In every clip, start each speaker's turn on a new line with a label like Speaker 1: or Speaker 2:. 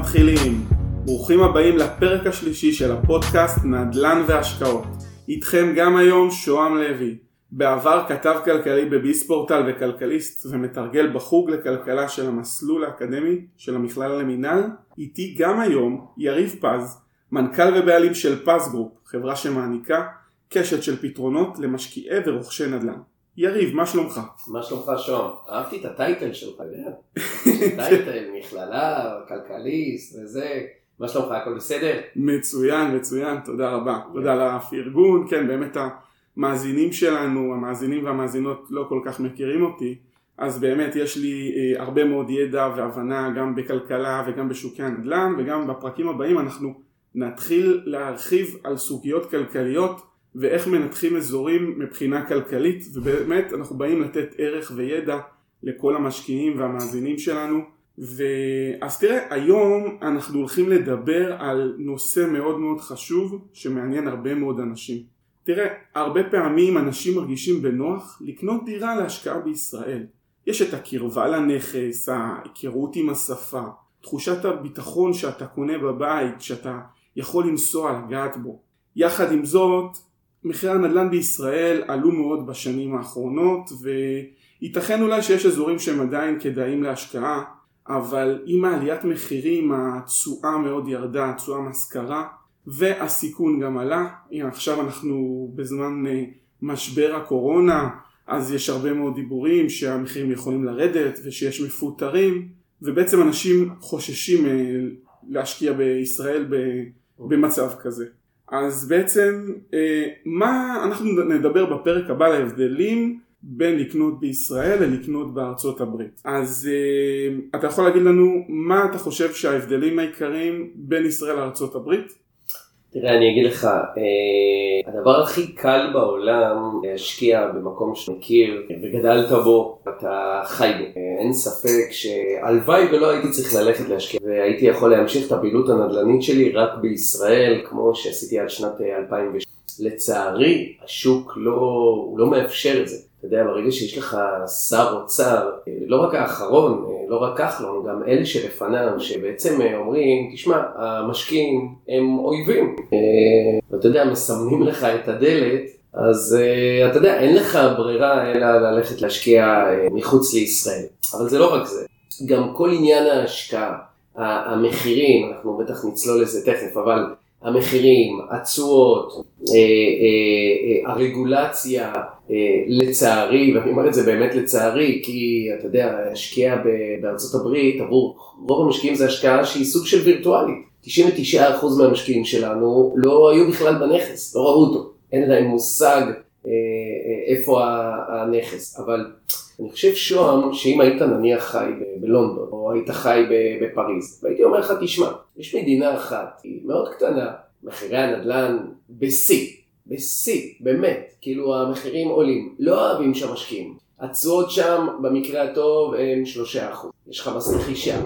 Speaker 1: מתחילים. ברוכים הבאים לפרק השלישי של הפודקאסט נדל"ן והשקעות. איתכם גם היום שוהם לוי. בעבר כתב כלכלי בביספורטל וכלכליסט ומתרגל בחוג לכלכלה של המסלול האקדמי של המכללה למינהל. איתי גם היום יריב פז, מנכ"ל ובעלים של פז גרופ, חברה שמעניקה קשת של פתרונות למשקיעי ורוכשי נדל"ן. יריב, מה שלומך?
Speaker 2: מה שלומך שוהם? אהבתי את הטייטל שלך, טייטל, מכללה, כלכליסט וזה. מה שלומך? הכל בסדר?
Speaker 1: מצוין, תודה רבה. תודה על הפרגון. כן, באמת המאזינים שלנו, המאזינים והמאזינות לא כל כך מכירים אותי, אז באמת יש לי הרבה מאוד ידע והבנה גם בכלכלה וגם בשוקי הנדל"ן, וגם בפרקים הבאים אנחנו נתחיל להרחיב על סוגיות כלכליות ואיך מנתחים אזורים מבחינה כלכלית, ובאמת אנחנו באים לתת ערך וידע לכל המשקיעים והמאזינים שלנו. אז תראה, היום אנחנו הולכים לדבר על נושא מאוד מאוד חשוב שמעניין הרבה מאוד אנשים. תראה, הרבה פעמים אנשים מרגישים בנוח לקנות דירה להשקעה בישראל. יש את הקרבה לנכס, ההיכרות עם השפה, תחושת הביטחון שאתה קונה בבית, שאתה יכול לנסוע לגעת בו. יחד עם זאת, מחירי הנדל"ן בישראל עלו מאוד בשנים האחרונות, וייתכן אולי שיש אזורים שהם עדיין כדאיים להשקעה, אבל עם העליית מחירים התשואה מאוד ירדה, התשואה משכרה, והסיכון גם עלה. עכשיו אנחנו בזמן משבר הקורונה, אז יש הרבה מאוד דיבורים שהמחירים יכולים לרדת ושיש מפוטרים, ובעצם אנשים חוששים להשקיע בישראל במצב כזה. אז בעצם מה אנחנו נדבר בפרק הבא להבדלים בין לקנות בישראל ללקנות בארצות הברית. אז אתה יכול להגיד לנו מה אתה חושב שההבדלים העיקריים בין ישראל לארצות הברית?
Speaker 2: תראה, אני אגיד לך, הדבר הכי קל בעולם להשקיע במקום שמכיר וגדלת בו, אתה חי בו. אין ספק שהלוואי ולא הייתי צריך ללכת להשקיע, והייתי יכול להמשיך את הפעילות הנדל"נית שלי רק בישראל, כמו שעשיתי עד שנת 2006. לצערי, השוק לא מאפשר את זה. אתה יודע, ברגע שיש לך שר אוצר, לא רק האחרון, לא רק כחלון, גם אלה שלפניו, שבעצם אומרים, תשמע, המשקיעים הם אויבים. ואתה יודע, מסמנים לך את הדלת, אז אתה יודע, אין לך ברירה אלא ללכת להשקיע מחוץ לישראל. אבל זה לא רק זה. גם כל עניין ההשקעה, המחירים, אנחנו בטח נצלול לזה תכף, אבל המחירים, התשואות, הרגולציה, לצערי, ואני אומר את זה באמת לצערי, כי אתה יודע, השקיע בארצות הברית, עבור רוב המשקיעים זה השקעה שהיא סוג של וירטואלית. 99% מהמשקיעים שלנו לא היו בכלל בנכס, לא ראו אותו. אין להם מושג איפה הנכס. אבל אני חושב שוהם, שאם היית נניח חי בלונדון, או היית חי בפריז, והייתי אומר לך, תשמע, יש מדינה אחת, היא מאוד קטנה, מחירי הנדל"ן בשיא, באמת, כאילו המחירים עולים, לא אוהבים שם משקיעים. התשואות שם, במקרה הטוב, הם 3%. יש לך מס רכישה.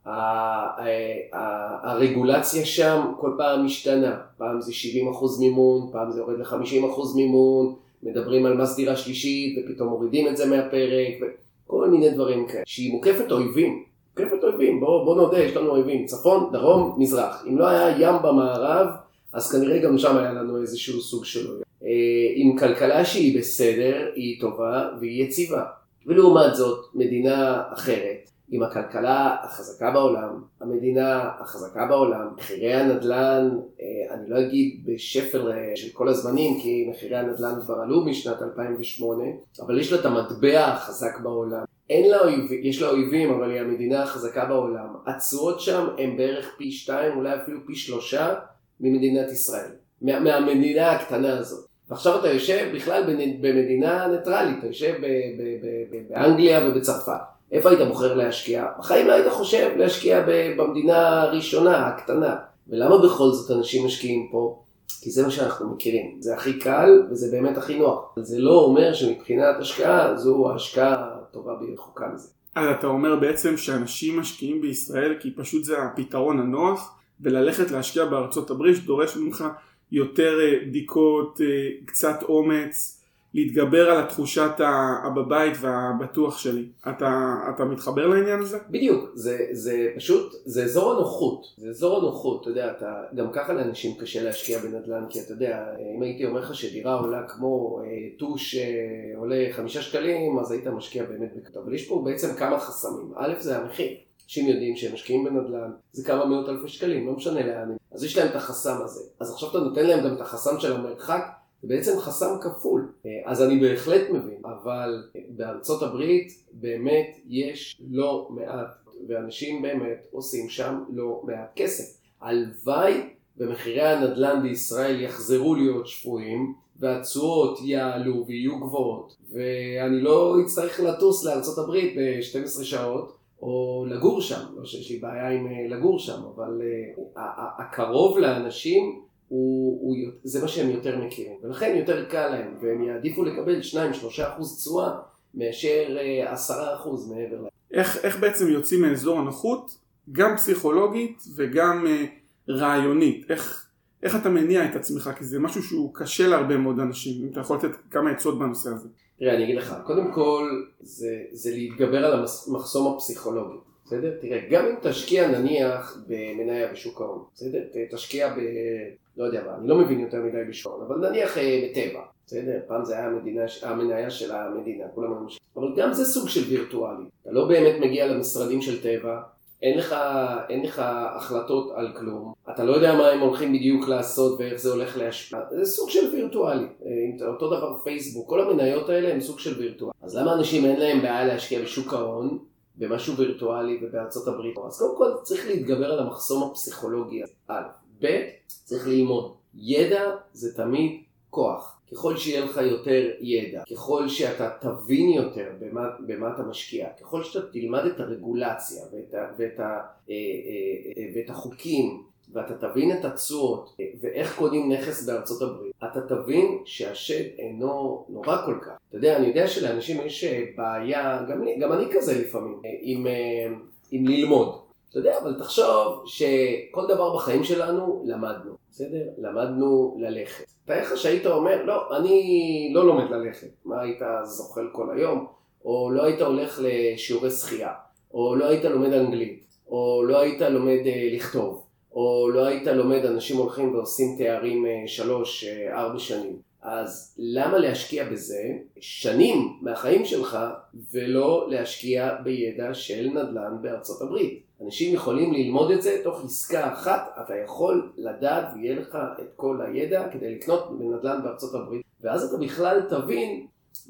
Speaker 2: הרגולציה שם כל פעם משתנה. פעם זה 70% מימון, פעם זה יורד ל-50% מימון, מדברים על מס דירה שלישית, ופתאום מורידים את זה מהפרק, וכל מיני דברים כאלה. שהיא מוקפת אויבים. בוא נודה, יש לנו אויבים. צפון, דרום, מזרח. אם לא היה ים במערב, אז כנראה גם שם היה לנו איזשהו סוג של אויב. עם כלכלה שהיא בסדר, היא טובה והיא יציבה. ולעומת זאת, מדינה אחרת, עם הכלכלה החזקה בעולם, המדינה החזקה בעולם, מחירי הנדל"ן, אני לא אגיד בשפל של כל הזמנים, כי מחירי הנדל"ן כבר עלו משנת 2008, אבל יש לה את המטבע החזק בעולם. יש לה אויבים, אבל היא המדינה החזקה בעולם. התשואות שם הן בערך פי 2, אולי אפילו פי 3 ממדינת ישראל, מהמדינה הקטנה הזאת. ועכשיו אתה יושב בכלל במדינה ניטרלית, אתה יושב באנגליה ובצרפת. איפה היית בוחר להשקיע? בחיים לא היית חושב להשקיע במדינה הראשונה, הקטנה. ולמה בכל זאת אנשים משקיעים פה? כי זה מה שאנחנו מכירים. זה הכי קל וזה באמת הכי נוח. אבל זה לא אומר שמבחינת השקעה זו ההשקעה הטובה ברחוקה מזה.
Speaker 1: אז אתה אומר בעצם שאנשים משקיעים בישראל כי פשוט זה הפתרון הנוח, וללכת להשקיע בארצות הברית דורש ממך יותר בדיקות, קצת אומץ, להתגבר על התחושת הבבית והבטוח שלי. אתה מתחבר לעניין הזה?
Speaker 2: בדיוק, זה פשוט, זה אזור הנוחות, זה אזור הנוחות, אתה יודע, גם ככה לאנשים קשה להשקיע בנדל"ן, כי אתה יודע, אם הייתי אומר לך שדירה עולה כמו טוש עולה 5 שקלים, אז היית משקיע באמת בכתוב, אבל יש פה בעצם כמה חסמים. א', זה המחיר. אנשים יודעים שהם משקיעים בנדל"ן, זה כמה מאות אלפי שקלים, לא משנה לאן. אז יש להם את החסם הזה. אז עכשיו אתה נותן להם גם את החסם של המרחק, זה בעצם חסם כפול. אז אני בהחלט מבין, אבל בארצות הברית באמת יש לא מעט, ואנשים באמת עושים שם לא מעט כסף. הלוואי במחירי הנדל"ן בישראל יחזרו להיות שפויים, והתשואות יעלו ויהיו גבוהות, ואני לא אצטרך לטוס לארצות הברית ב-12 שעות, או לגור שם, לא שיש לי בעיה עם לגור שם, אבל הקרוב לאנשים זה מה שהם יותר מכירים, ולכן יותר קל להם, והם יעדיפו לקבל 2-3% תשואה מאשר 10% מעבר להם.
Speaker 1: איך בעצם יוצאים מאזור הנוחות, גם פסיכולוגית וגם רעיונית? איך אתה מניע את עצמך? כי זה משהו שהוא קשה להרבה מאוד אנשים, אם אתה יכול לתת כמה עצות בנושא הזה.
Speaker 2: תראה, אני אגיד לך, קודם כל זה להתגבר על המחסום הפסיכולוגי. בסדר? תראה, גם אם תשקיע נניח במניה בשוק ההון, בסדר? תשקיע לא יודע מה, אני לא מבין יותר מדי בשוק ההון, אבל נניח בטבע, בסדר? פעם זה היה המניה של המדינה, כולם ממשיכים. אבל גם זה סוג של וירטואלי. אתה לא באמת מגיע למשרדים של טבע, אין לך החלטות על כלום, אתה לא יודע מה הם הולכים בדיוק לעשות ואיך זה הולך להשפיע. זה סוג של וירטואלי. אותו דבר פייסבוק, כל המניות האלה הם סוג של וירטואלי. אז למה אנשים אין להם בעיה להשקיע בשוק ההון? במשהו וירטואלי ובארצות הברית? אז קודם כל צריך להתגבר על המחסום הפסיכולוגי. א', ב', צריך ללמוד. ידע זה תמיד כוח. ככל שיהיה לך יותר ידע, ככל שאתה תבין יותר במה אתה משקיע, ככל שאתה תלמד את הרגולציה ואת החוקים, ואתה תבין את התשואות ואיך קונים נכס בארצות הברית, אתה תבין שהשד אינו נורא כל כך. אתה יודע, אני יודע שלאנשים יש בעיה, גם אני כזה לפעמים, עם ללמוד. אתה יודע, אבל תחשוב שכל דבר בחיים שלנו למדנו, בסדר? למדנו ללכת. תאיך שהיית אומר, לא, אני לא לומד ללכת. מה היית זוחל כל היום? או לא היית הולך לשיעורי שחייה, או לא היית לומד אנגלית, או לא היית לומד לכתוב, או לא היית לומד, אנשים הולכים ועושים תארים 3-4 שנים. אז למה להשקיע בזה שנים מהחיים שלך ולא להשקיע בידע של נדל"ן בארצות הברית? אנשים יכולים ללמוד את זה תוך עסקה אחת, אתה יכול לדעת ויהיה לך את כל הידע כדי לקנות בנדל"ן בארצות הברית, ואז אתה בכלל תבין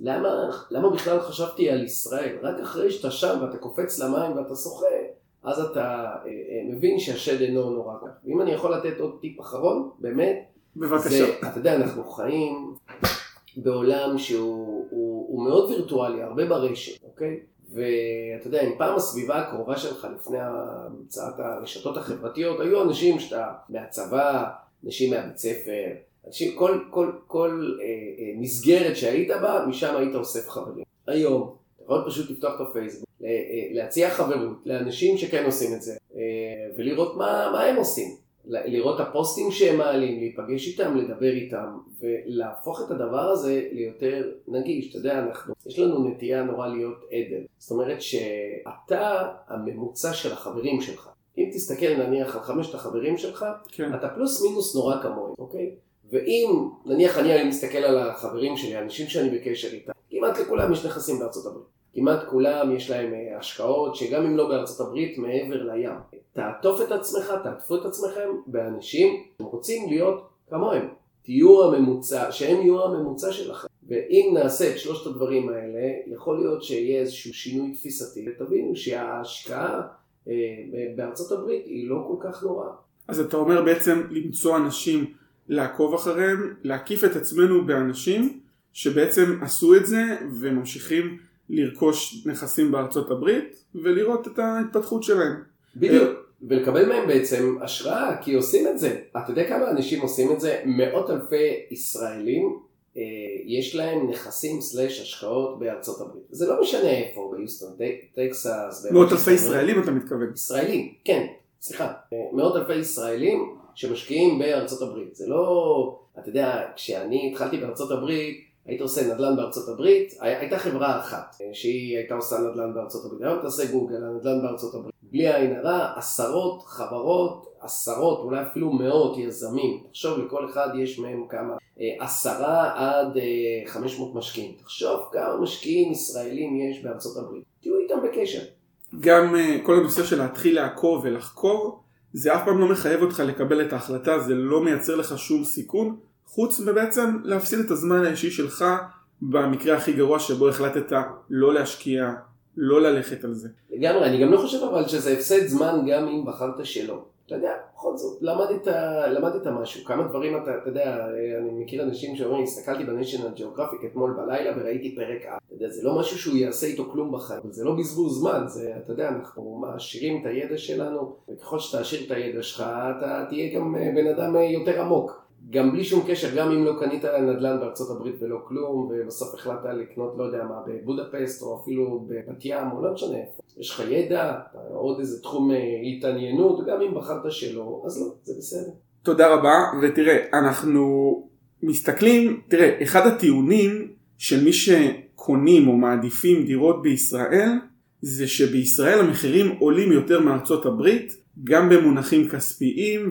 Speaker 2: למה בכלל חשבתי על ישראל. רק אחרי שאתה שם ואתה קופץ למים ואתה שוחה, אז אתה מבין שהשד אינו נורא כך. ואם אני יכול לתת עוד טיפ אחרון, באמת,
Speaker 1: בבקשה.
Speaker 2: אתה יודע, אנחנו חיים בעולם שהוא מאוד וירטואלי, הרבה ברשת, אוקיי? ואתה יודע, אם פעם הסביבה הקרובה שלך לפני המצאת הרשתות החברתיות, היו אנשים שאתה מהצבא, אנשים מהבית ספר, אנשים, כל מסגרת שהיית בה, משם היית אוסף חברים. היום, אתה יכול פשוט לפתוח את הפייסבוק, להציע חברות לאנשים שכן עושים את זה, ולראות מה הם עושים. לראות הפוסטים שהם מעלים, להיפגש איתם, לדבר איתם, ולהפוך את הדבר הזה ליותר נגיש. אתה יודע, יש לנו נטייה נורא להיות עדל. זאת אומרת שאתה הממוצע של החברים שלך. אם תסתכל נניח על 5 החברים שלך, כן. אתה פלוס מינוס נורא כמוהם, אוקיי? ואם נניח אני מסתכל על החברים שלי, האנשים שאני בקשר איתם, כמעט לכולם יש נכסים בארצות הברית. כמעט כולם יש להם השקעות שגם אם לא בארצות הברית, מעבר לים. תעטוף את עצמך, תעטפו את עצמכם באנשים שרוצים להיות כמוהם. תהיו הממוצע, שהם יהיו הממוצע שלכם. ואם נעשה את 3 הדברים האלה, יכול להיות שיהיה איזשהו שינוי תפיסתי, ותבינו שההשקעה בארצות הברית היא לא כל כך נוראה.
Speaker 1: אז אתה אומר בעצם למצוא אנשים, לעקוב אחריהם, להקיף את עצמנו באנשים שבעצם עשו את זה וממשיכים לרכוש נכסים בארצות הברית ולראות את ההתפתחות שלהם.
Speaker 2: בדיוק, ולקבל מהם בעצם השראה, כי עושים את זה. אתה יודע כמה אנשים עושים את זה? מאות אלפי ישראלים יש להם נכסים / השקעות בארצות הברית. זה לא משנה איפה, ביוסטון, טקסס.
Speaker 1: מאות אלפי ישראלים אתה מתכוון?
Speaker 2: ישראלים, כן, סליחה. מאות אלפי ישראלים שמשקיעים בארצות הברית. זה לא, אתה יודע, כשאני התחלתי בארצות הברית, היית עושה נדל"ן בארצות הברית, הייתה חברה אחת שהיא הייתה עושה נדל"ן בארצות הברית. היום תעשה גוגל, הנדל"ן בארצות הברית. בלי עין הרע, עשרות חברות, עשרות, אולי אפילו מאות יזמים. תחשוב, לכל אחד יש מהם כמה, 10 עד 500 משקיעים. תחשוב כמה משקיעים ישראלים יש בארצות הברית. תהיו איתם בקשר.
Speaker 1: גם כל הנושא של להתחיל לעקוב ולחקור, זה אף פעם לא מחייב אותך לקבל את ההחלטה, זה לא מייצר לך שום סיכון, חוץ מבעצם להפסיד את הזמן האישי שלך במקרה הכי גרוע שבו החלטת לא להשקיע, לא ללכת על זה.
Speaker 2: לגמרי, אני גם לא חושב אבל שזה הפסד זמן גם אם בחרת שלא. אתה יודע, בכל זאת, למדת משהו, כמה דברים אתה יודע, אני מכיר אנשים שאומרים, הסתכלתי ב-National Geographic אתמול בלילה וראיתי פרק אתה יודע, זה לא משהו שהוא יעשה איתו כלום בחיים, זה לא בזבוז זמן, זה, אתה יודע, אנחנו מעשירים את הידע שלנו, וככל שתעשיר את הידע שלך, אתה תהיה גם בן אדם יותר עמוק. גם בלי שום קשר, גם אם לא קנית נדל"ן בארצות הברית ולא כלום, ובסוף החלטת לקנות, לא יודע מה, בבודפסט או אפילו בבת ים, או לא משנה איפה. יש לך ידע, עוד איזה תחום התעניינות, גם אם בחרת שלא, אז לא, זה בסדר.
Speaker 1: תודה רבה, ותראה, אנחנו מסתכלים, תראה, אחד הטיעונים של מי שקונים או מעדיפים דירות בישראל, זה שבישראל המחירים עולים יותר מארצות הברית, גם במונחים כספיים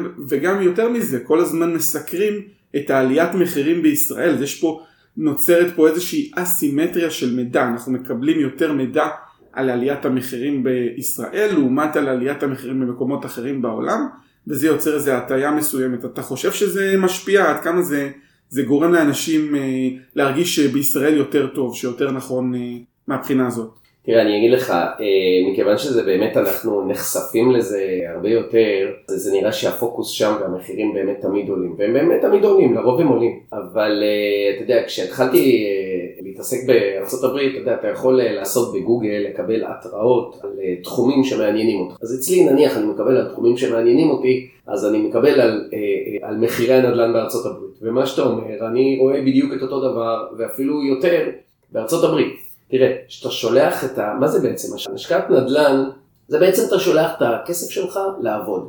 Speaker 1: וגם יותר מזה, כל הזמן מסקרים את העליית מחירים בישראל. יש פה, נוצרת פה איזושהי אסימטריה של מידע, אנחנו מקבלים יותר מידע על עליית המחירים בישראל, לעומת על עליית המחירים במקומות אחרים בעולם, וזה יוצר איזו הטעיה מסוימת. אתה חושב שזה משפיע, עד כמה זה גורם לאנשים להרגיש שבישראל יותר טוב, שיותר נכון מהבחינה הזאת?
Speaker 2: תראה, אני אגיד לך, מכיוון שזה באמת אנחנו נחשפים לזה הרבה יותר, זה נראה שהפוקוס שם והמחירים באמת תמיד עולים, והם באמת תמיד עולים, לרוב הם עולים. אבל אתה יודע, כשהתחלתי להתעסק בארצות הברית, אתה יודע, אתה יכול לעשות בגוגל, לקבל התראות על תחומים שמעניינים אותך. אז אצלי נניח אני מקבל על תחומים שמעניינים אותי, אז אני מקבל על מחירי הנדל"ן בארצות הברית. ומה שאתה אומר, אני רואה בדיוק את אותו דבר, ואפילו יותר בארצות הברית. תראה, שאתה שולח מה זה בעצם? השקעת נדל"ן, זה בעצם אתה שולח את הכסף שלך לעבוד.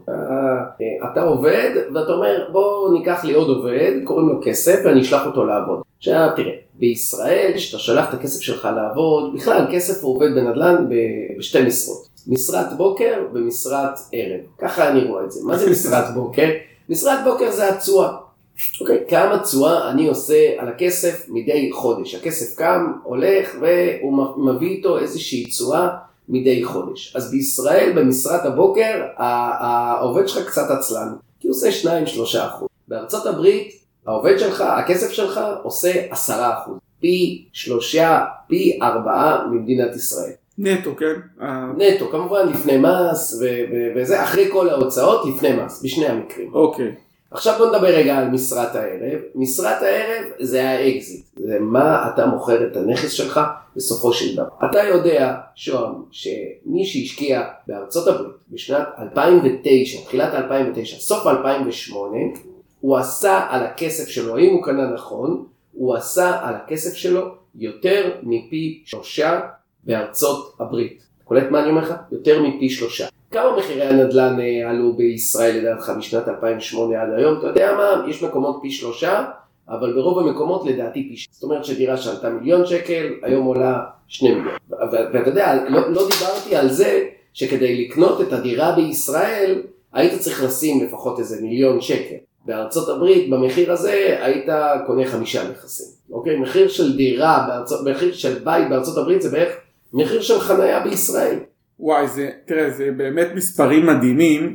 Speaker 2: אתה עובד ואתה אומר, בוא ניקח לי עוד עובד, קוראים לו כסף ואני אשלח אותו לעבוד. עכשיו תראה, בישראל שאתה שולח את הכסף שלך לעבוד, בכלל כסף הוא עובד בנדל"ן בשתי משרות. משרת בוקר ומשרת ערב. ככה אני רואה את זה. מה זה משרת בוקר? משרת בוקר זה התשואה. אוקיי, כמה תשואה אני עושה על הכסף מדי חודש. הכסף קם, הולך והוא מביא איתו איזושהי תשואה מדי חודש. אז בישראל במשרת הבוקר העובד שלך קצת עצלן, כי הוא עושה 2-3%. בארצות הברית העובד שלך, הכסף שלך עושה 10%. פי 3, פי 4 ממדינת ישראל.
Speaker 1: נטו, כן?
Speaker 2: נטו, כמובן לפני מס וזה אחרי כל ההוצאות לפני מס, בשני המקרים.
Speaker 1: אוקיי.
Speaker 2: עכשיו בוא נדבר רגע על משרת הערב. משרת הערב זה האקזיט. זה מה אתה מוכר את הנכס שלך בסופו של דבר. אתה יודע, שום, שמי שהשקיע בארצות הברית בשנת 2009, תחילת 2009, סוף 2008, הוא עשה על הכסף שלו, אם הוא קנה נכון, הוא עשה על הכסף שלו יותר מפי 3 בארצות הברית. קולט מה אני אומר לך? יותר מפי 3. כמה מחירי הנדל"ן עלו בישראל לדעתך משנת 2008 עד היום? אתה יודע מה? יש מקומות פי 3, אבל ברוב המקומות לדעתי פי 6. זאת אומרת שדירה שעלתה 1,000,000 שקל, היום עולה 2 מיליון. ואתה יודע, לא דיברתי על זה שכדי לקנות את הדירה בישראל, היית צריך לשים לפחות איזה 1,000,000 שקל. בארצות הברית, במחיר הזה, היית קונה 5 נכסים. אוקיי? מחיר של דירה, מחיר של בית בארצות הברית זה בערך מחיר של חנייה בישראל.
Speaker 1: וואי, תראה, זה באמת מספרים מדהימים,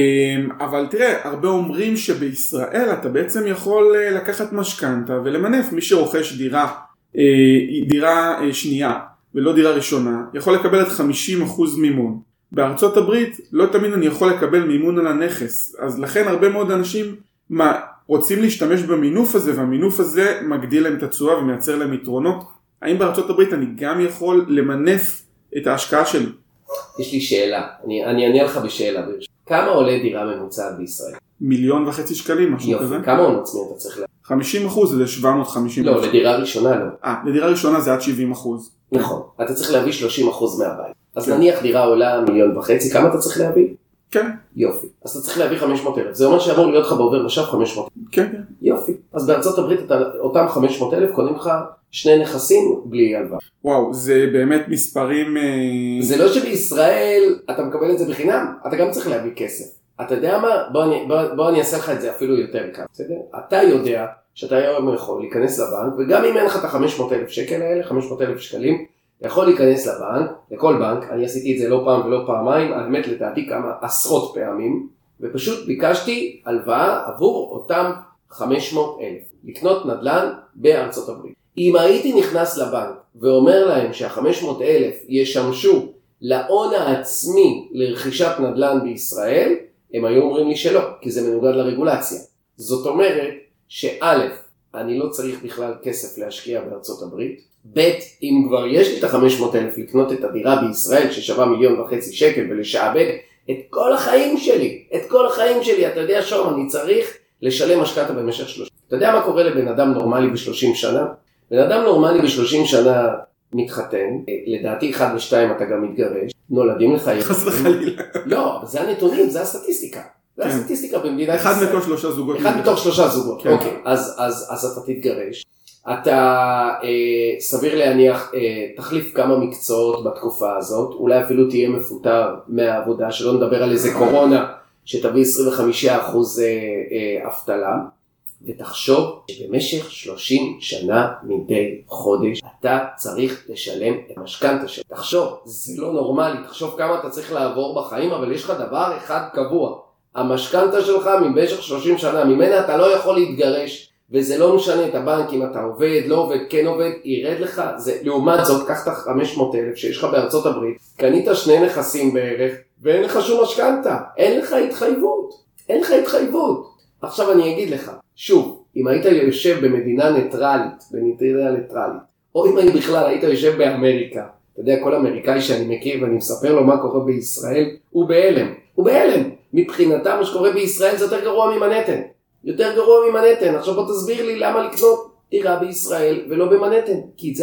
Speaker 1: אבל תראה, הרבה אומרים שבישראל אתה בעצם יכול לקחת משכנתה ולמנף. מי שרוכש דירה שנייה ולא דירה ראשונה, יכול לקבל עד 50% מימון. בארצות הברית לא תמיד אני יכול לקבל מימון על הנכס, אז לכן הרבה מאוד אנשים רוצים להשתמש במינוף הזה, והמינוף הזה מגדיל להם את התשואה ומייצר להם יתרונות. האם בארצות הברית אני גם יכול למנף את ההשקעה שלי?
Speaker 2: יש לי שאלה, אני אענה לך בשאלה. כמה עולה דירה ממוצעת בישראל?
Speaker 1: 1,500,000 שקלים, משהו כזה.
Speaker 2: כמה הון עצמי אתה צריך להביא?
Speaker 1: 50% זה 750.
Speaker 2: לא, לדירה ראשונה לא.
Speaker 1: לדירה ראשונה זה עד 70%.
Speaker 2: נכון, אתה צריך להביא 30% מהבית. אז נניח דירה עולה 1,500,000, כמה אתה צריך להביא?
Speaker 1: כן.
Speaker 2: יופי. אז אתה צריך להביא 500,000. זה אומר שאמור להיות לך בעובר ושב 500,000.
Speaker 1: כן.
Speaker 2: יופי. אז בארצות הברית אותם 500,000 קונים לך שני נכסים בלי הלוואה.
Speaker 1: וואו, זה באמת מספרים...
Speaker 2: זה לא שבישראל אתה מקבל את זה בחינם, אתה גם צריך להביא כסף. אתה יודע מה? בוא אני אעשה לך את זה אפילו יותר קל. בסדר? אתה יודע שאתה היום יכול להיכנס לבנק, וגם אם אין לך את ה-500,000 שקל האלה, 500,000 שקלים, אתה יכול להיכנס לבנק, לכל בנק, אני עשיתי את זה לא פעם ולא פעמיים, האמת לדעתי כמה עשרות פעמים, ופשוט ביקשתי הלוואה עבור אותם 500,000, לקנות נדל"ן בארצות הברית. אם הייתי נכנס לבנק ואומר להם שה-500,000 ישמשו להון העצמי לרכישת נדל"ן בישראל, הם היו אומרים לי שלא, כי זה מנוגד לרגולציה. זאת אומרת שא', אני לא צריך בכלל כסף להשקיע בארצות הברית, ב', אם כבר יש לי את ה-500,000 לקנות את הדירה בישראל ששווה 1.5 מיליון שקל ולשעבד את כל החיים שלי, אתה יודע שום, אני צריך לשלם משכנתא במשך 30. אתה יודע מה קורה לבן אדם נורמלי ב-30 שנה? בן אדם נורמלי ב-30 שנה מתחתן, לדעתי 1 ו-2 אתה גם מתגרש, נולדים לך ילדים.
Speaker 1: חס וחלילה.
Speaker 2: לא, זה הנתונים, זה הסטטיסטיקה. זה הסטטיסטיקה במדינת ישראל.
Speaker 1: אחד מתוך 3 זוגות.
Speaker 2: אוקיי, אז אתה תתגרש. אתה סביר להניח תחליף כמה מקצועות בתקופה הזאת, אולי אפילו תהיה מפוטר מהעבודה, שלא נדבר על איזה קורונה שתביא 25% אבטלה, ותחשוב שבמשך 30 שנה מדי חודש אתה צריך לשלם את המשכנתא שלך. תחשוב, זה לא נורמלי, תחשוב כמה אתה צריך לעבור בחיים, אבל יש לך דבר אחד קבוע, המשכנתא שלך במשך 30 שנה, ממנה אתה לא יכול להתגרש, וזה לא משנה את הבנק אם אתה עובד, לא עובד, כן עובד, ירד לך, זה, לעומת זאת, קח את 500,000 שיש לך בארצות הברית, קנית 2 נכסים בערך, ואין לך שום משכנתא, אין לך התחייבות. עכשיו אני אגיד לך, שוב, אם היית יושב במדינה ניטרלית, או אם אני בכלל היית יושב באמריקה, אתה יודע, כל אמריקאי שאני מכיר ואני מספר לו מה קורה בישראל, הוא בהלם. מבחינתם מה שקורה בישראל זה יותר גרוע ממנהטן. עכשיו בוא תסביר לי למה לקנות דירה בישראל ולא במנהטן. כי את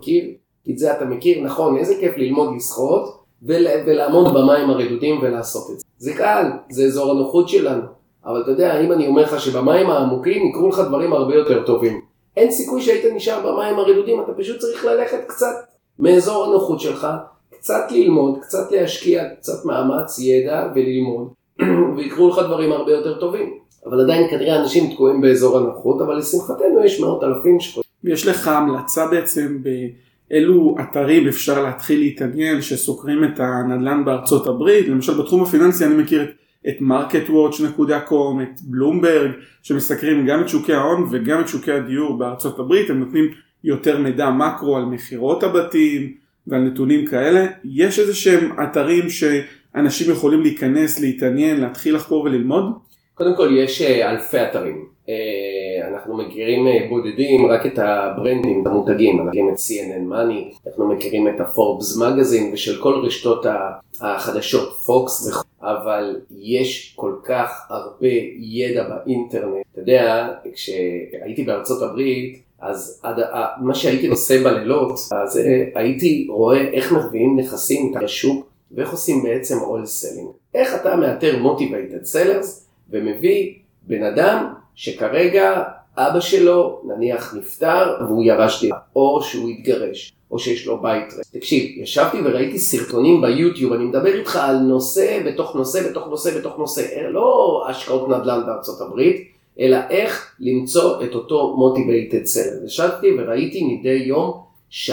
Speaker 2: זה אתה מכיר, נכון, איזה כיף ללמוד לשחות ולעמוד במים הרדודים ולעשות את זה. זה קל, זה אזור הנוחות שלנו. אבל אתה יודע, אם אני אומר לך שבמים העמוקים יקרו לך דברים הרבה יותר טובים. אין סיכוי שהיית נשאר במים הרדודים, אתה פשוט צריך ללכת קצת מאזור הנוחות שלך, קצת ללמוד, קצת להשקיע, קצת מאמץ, ידע וללמוד, ויקרו לך דברים הרבה יותר טובים. אבל עדיין כנראה אנשים תקועים באזור הנוחות, אבל לשמחתנו יש 100,000 שקלים.
Speaker 1: ויש לך המלצה בעצם באילו אתרים אפשר להתחיל להתעניין שסוקרים את הנדל"ן בארצות הברית? למשל בתחום הפיננסי אני מכיר את marketwatch.com, את בלומברג, שמסקרים גם את שוקי ההון וגם את שוקי הדיור בארצות הברית. הם נותנים יותר מידע מקרו על מחירות הבתים ועל נתונים כאלה. יש איזה שהם אתרים שאנשים יכולים להיכנס, להתעניין, להתחיל לחקור וללמוד?
Speaker 2: קודם כל יש אלפי אתרים. אנחנו מכירים בודדים רק את הברנדים, את המותגים, אנחנו מכירים את CNN Money, אנחנו מכירים את הפורבס מגזין ושל כל רשתות החדשות, פוקס וכו'. אבל יש כל כך הרבה ידע באינטרנט. אתה יודע, כשהייתי בארצות הברית, אז מה שהייתי עושה בלילות, אז הייתי רואה איך מביאים נכסים את השוק, ואיך עושים בעצם all selling. איך אתה מאתר motivated sellers, ומביא בן אדם שכרגע אבא שלו נניח נפטר, והוא ירש דירה, או שהוא התגרש, או שיש לו בית ריק. תקשיב, ישבתי וראיתי סרטונים ביוטיוב, אני מדבר איתך על נושא בתוך נושא, לא השקעות נדל"ן בארצות הברית, אלא איך למצוא את אותו motivated seller. ישבתי וראיתי מדי יום 2-3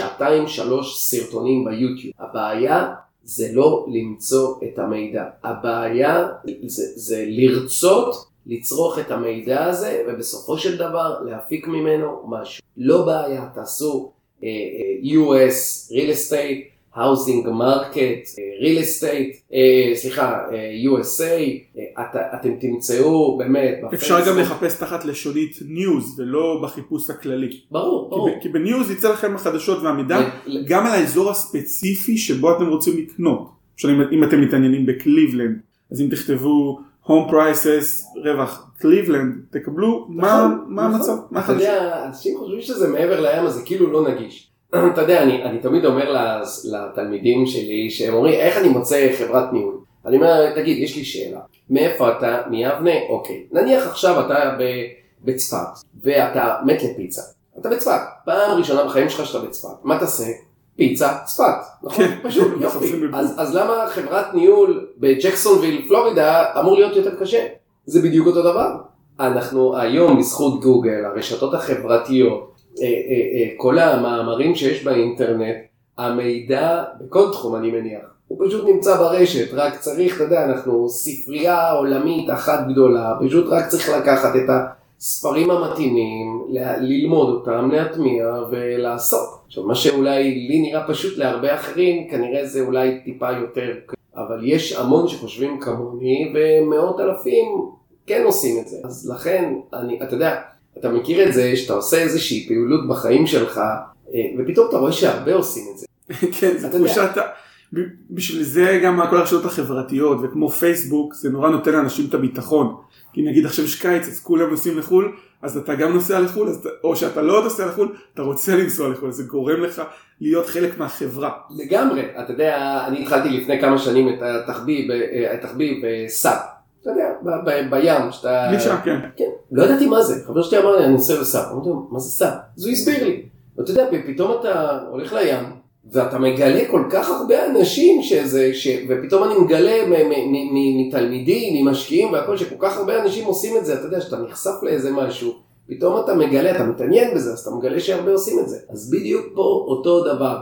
Speaker 2: סרטונים ביוטיוב. הבעיה זה לא למצוא את המידע. הבעיה זה לרצות, לצרוך את המידע הזה, ובסופו של דבר להפיק ממנו משהו. לא בעיה, תעשו US, real estate, housing market, real estate, USA, אתם תמצאו באמת בפייסבוק.
Speaker 1: אפשר גם לחפש תחת לשונית ניוז ולא בחיפוש הכללי.
Speaker 2: ברור.
Speaker 1: כי בניוז יצא לכם החדשות והמידע גם על האזור הספציפי שבו אתם רוצים לקנות. אם אתם מתעניינים בקליבלנד, אז אם תכתבו home prices, רווח קליבלנד, תקבלו מה המצב, מה החדשות.
Speaker 2: אתה יודע, אנשים חושבים שזה מעבר לים, אז זה כאילו לא נגיש. אתה יודע, אני תמיד אומר לתלמידים שלי, שהם אומרים, איך אני מוצא חברת ניהול? אני אומר, תגיד, יש לי שאלה. מאיפה אתה? מיבנה? אוקיי. נניח עכשיו אתה בצפת, ואתה מת לפיצה. אתה בצפת. פעם ראשונה בחיים שלך שאתה בצפת. מה תעשה? פיצה, צפת. נכון? פשוט, יופי. אז למה חברת ניהול בג'קסונוויל, פלורידה, אמור להיות יותר קשה? זה בדיוק אותו דבר. אנחנו היום, בזכות גוגל, הרשתות החברתיות, כל המאמרים שיש באינטרנט, המידע, בכל תחום אני מניח, הוא פשוט נמצא ברשת, רק צריך, אתה יודע, אנחנו ספרייה עולמית אחת גדולה, פשוט רק צריך לקחת את הספרים המתאימים, ללמוד אותם, להטמיע ולעשות. עכשיו, מה שאולי לי נראה פשוט להרבה אחרים, כנראה זה אולי טיפה יותר, אבל יש המון שחושבים כמוני, ומאות אלפים כן עושים את זה. אז לכן, אתה יודע, אתה מכיר את זה שאתה עושה איזושהי פעילות בחיים שלך, ופתאום אתה רואה שהרבה עושים את זה.
Speaker 1: כן, זה תחושת, בשביל זה גם כל הרשתות החברתיות, וכמו פייסבוק, זה נורא נותן לאנשים את הביטחון. כי נגיד עכשיו יש קיץ, אז כולם נוסעים לחול, אז אתה גם נוסע לחול, או שאתה לא נוסע לחול, אתה רוצה לנסוע לחול, זה גורם לך להיות חלק מהחברה.
Speaker 2: לגמרי, אתה יודע, אני התחלתי לפני כמה שנים את התחביב בסאב. אתה יודע, בים, שאתה...
Speaker 1: גלישה, כן.
Speaker 2: כן, לא ידעתי מה זה. חבר שלי אמר לי, אני נוסע לסאב. אמרתי לו, מה זה סאב? אז הוא הסביר לי. ואתה יודע, פתאום אתה הולך לים, ואתה מגלה כל כך הרבה אנשים ופתאום אני מגלה מתלמידים, ממשקיעים והכל, שכל כך הרבה אנשים עושים את זה. אתה יודע, שאתה נחשף לאיזה משהו, פתאום אתה מגלה, אתה מתעניין בזה, אז אתה מגלה שהרבה עושים את זה. אז בדיוק פה אותו דבר.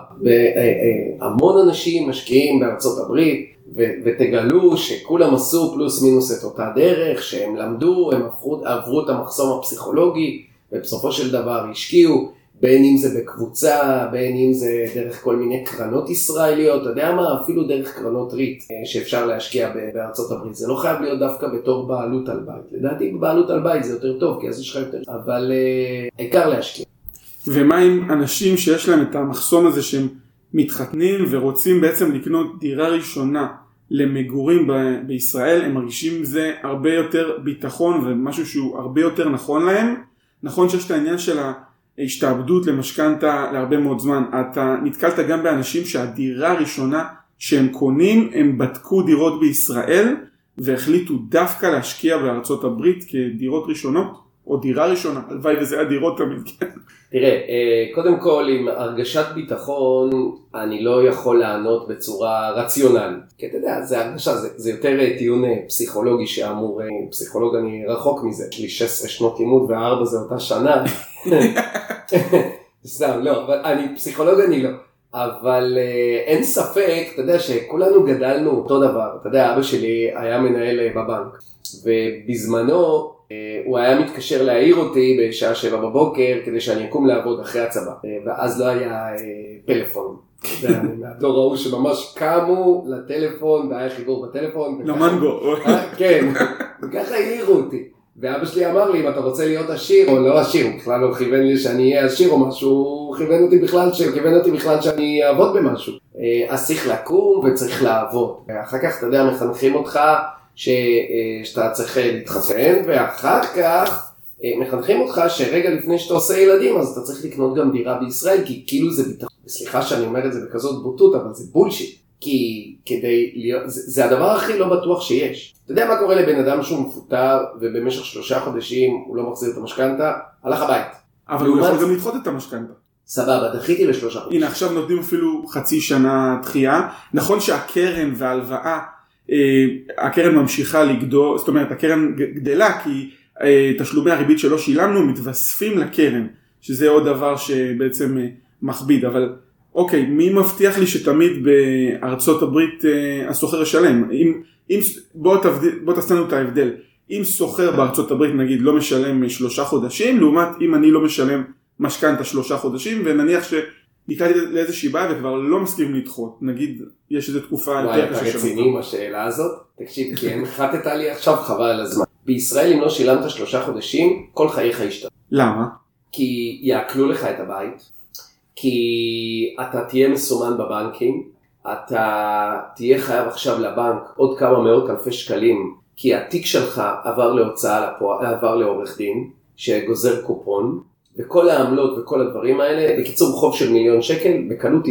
Speaker 2: והמון אנשים משקיעים בארצות הברית, ותגלו שכולם עשו פלוס מינוס את אותה דרך, שהם למדו, הם עברו את המחסום הפסיכולוגי, ובסופו של דבר השקיעו, בין אם זה בקבוצה, בין אם זה דרך כל מיני קרנות ישראליות, אתה יודע מה? אפילו דרך קרנות ריט שאפשר להשקיע בארצות הברית. זה לא חייב להיות דווקא בתור בעלות על בית. לדעתי בעלות על בית זה יותר טוב, כי אז יש לך יותר, אבל העיקר להשקיע.
Speaker 1: ומה עם אנשים שיש להם את המחסום הזה שהם מתחתנים ורוצים בעצם לקנות דירה ראשונה למגורים בישראל, הם מרגישים עם זה הרבה יותר ביטחון ומשהו שהוא הרבה יותר נכון להם. נכון שיש את העניין של ההשתעבדות למשכנתה להרבה מאוד זמן. אתה נתקלת גם באנשים שהדירה הראשונה שהם קונים, הם בדקו דירות בישראל והחליטו דווקא להשקיע בארצות הברית כדירות ראשונות, או דירה ראשונה, הלוואי וזה הדירות תמיד.
Speaker 2: תראה, קודם כל עם הרגשת ביטחון אני לא יכול לענות בצורה רציונלית. כי אתה יודע, זה הרגשה, זה יותר טיעון פסיכולוגי שאמור, פסיכולוג אני רחוק מזה, יש לי 16 שנות לימוד ו4 זה אותה שנה. סתם, לא, אבל פסיכולוג אני לא. אבל אין ספק, אתה יודע שכולנו גדלנו אותו דבר. אתה יודע, אבא שלי היה מנהל בבנק, ובזמנו הוא היה מתקשר להעיר אותי בשעה 7 בבוקר כדי שאני אקום לעבוד אחרי הצבא, ואז לא היה פלאפון. מהדור ההוא שממש קמו לטלפון והיה חיבור בטלפון.
Speaker 1: למנגו.
Speaker 2: כן, וככה העירו אותי. ואבא שלי אמר לי, אם אתה רוצה להיות עשיר או לא עשיר, הוא בכלל לא כיוון לי שאני אהיה עשיר או משהו, הוא כיוון אותי בכלל שאני אעבוד במשהו. אז צריך לקום וצריך לעבוד. ואחר כך, אתה יודע, מחנכים אותך שאתה צריך להתחתן, ואחר כך מחנכים אותך שרגע לפני שאתה עושה ילדים, אז אתה צריך לקנות גם דירה בישראל, כי כאילו זה ביטחון. סליחה שאני אומר את זה בכזאת בוטות, אבל זה בולשיט. כי כדי להיות, זה הדבר הכי לא בטוח שיש. אתה יודע מה קורה לבן אדם שהוא מפוטר, ובמשך 3 חודשים הוא לא מחזיר את המשכנתה, הלך הבית.
Speaker 1: אבל הוא יכול גם לדחות את המשכנתה.
Speaker 2: סבבה, דחיתי ל3 חודשים.
Speaker 1: הנה, עכשיו נותנים אפילו חצי שנה דחייה. נכון שהקרן וההלוואה, הקרן ממשיכה לגדול, זאת אומרת, הקרן גדלה, כי תשלומי הריבית שלא שילמנו מתווספים לקרן, שזה עוד דבר שבעצם מכביד, אבל אוקיי, מי מבטיח לי שתמיד בארצות הברית הסוחר ישלם? בוא תעשה לנו את ההבדל. אם סוחר בארצות הברית נגיד לא משלם 3 חודשים, לעומת אם אני לא משלם משכנתה 3 חודשים, ונניח שנקראתי לאיזושהי בעיה וכבר לא מסכים לדחות, נגיד יש איזו תקופה יותר קשה.
Speaker 2: וואי, אתה רציני עם השאלה הזאת? תקשיב, כי הנחתת לי עכשיו חבל על הזמן. בישראל אם לא שילמת 3 חודשים, כל חייך ישתנה.
Speaker 1: למה?
Speaker 2: כי יעקלו לך את הבית. כי אתה תהיה מסומן בבנקים, אתה תהיה חייב עכשיו לבנק עוד כמה מאות אלפי שקלים, כי התיק שלך עבר להוצאה, עבר לעורך דין, שגוזר קופון, וכל העמלות וכל הדברים האלה, בקיצור חוב של 1,000,000 שקל, בקלות יהיה 1,000,000.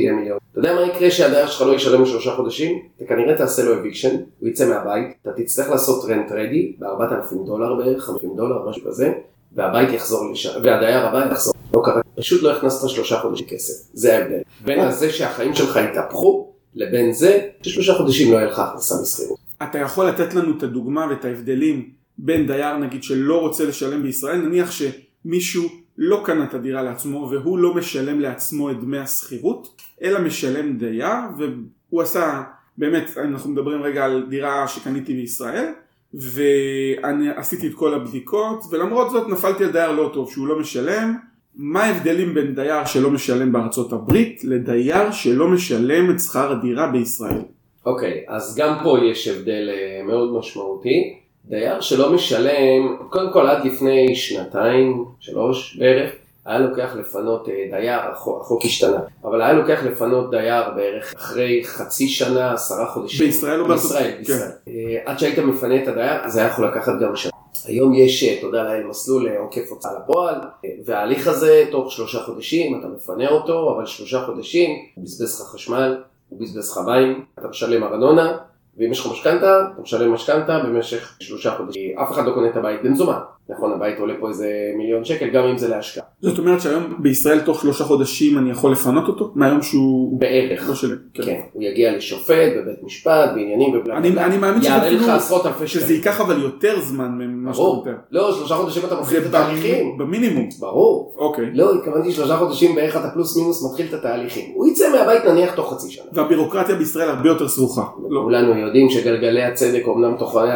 Speaker 2: אתה יודע מה יקרה שהדייר שלך לא ישלם 3 חודשים? אתה כנראה תעשה לו אביקשן, הוא יצא מהבית, אתה תצטרך לעשות רנט רדי ב$4,000 בערך, $5,000, משהו כזה, והבית יחזור לשם, והדייר הבא יחזור. לא קרה, פשוט לא הכנסת 3 חודשים כסף, זה ההבדל. בין זה שהחיים שלך התהפכו, לבין זה ש3 חודשים לא יהיה לך הכנסה משכירות.
Speaker 1: אתה יכול לתת לנו את הדוגמה ואת ההבדלים בין דייר נגיד שלא רוצה לשלם בישראל, נניח שמישהו לא קנה את הדירה לעצמו והוא לא משלם לעצמו את דמי השכירות, אלא משלם דייר, והוא עשה, באמת אנחנו מדברים רגע על דירה שקניתי בישראל, ואני עשיתי את כל הבדיקות, ולמרות זאת נפלתי על דייר לא טוב שהוא לא משלם. מה ההבדלים בין דייר שלא משלם בארצות הברית לדייר שלא משלם את שכר הדירה בישראל?
Speaker 2: אוקיי, אז גם פה יש הבדל מאוד משמעותי. דייר שלא משלם, קודם כל עד לפני 2-3 בערך, היה לוקח לפנות דייר, החוק השתנה, אבל היה לוקח לפנות דייר בערך אחרי חצי שנה, 10 חודשים.
Speaker 1: בישראל או בארצות?
Speaker 2: בישראל. עד שהיית מפנה את הדייר, זה היה יכול לקחת גם שנה. היום יש, תודה לאל, מסלול עוקף הוצאה לפועל, וההליך הזה תוך 3 חודשים, אתה מפנה אותו, אבל 3 חודשים, הוא בזבז לך חשמל, הוא בזבז לך מים, אתה משלם ארנונה, ואם יש לך משכנתה, אתה משלם משכנתה במשך 3 חודשים. אף אחד לא קונה את הבית במזומן. נכון, הבית עולה פה איזה $1,000,000, גם אם זה להשקעה.
Speaker 1: זאת אומרת שהיום בישראל תוך 3 חודשים אני יכול לפנות אותו? מהיום שהוא...
Speaker 2: בערך.
Speaker 1: לא שלי.
Speaker 2: כן. הוא יגיע לשופט, בבית משפט, בעניינים ובלה.
Speaker 1: אני מאמין
Speaker 2: יעלה לך עשרות אלפי שקלים.
Speaker 1: שזה ייקח אבל יותר זמן ממה שאתה יותר.
Speaker 2: לא, 3 חודשים אתה מתחיל את התהליכים.
Speaker 1: במינימום.
Speaker 2: ברור.
Speaker 1: אוקיי.
Speaker 2: לא, התכוונתי 3 חודשים בערך אתה פלוס מינוס מתחיל את התהליכים. הוא יצא מהבית נניח תוך חצי שנה.
Speaker 1: והבירוקרטיה בישראל הרבה יותר סבוכה.
Speaker 2: כולנו יודעים שגלגלי הצדק אומנם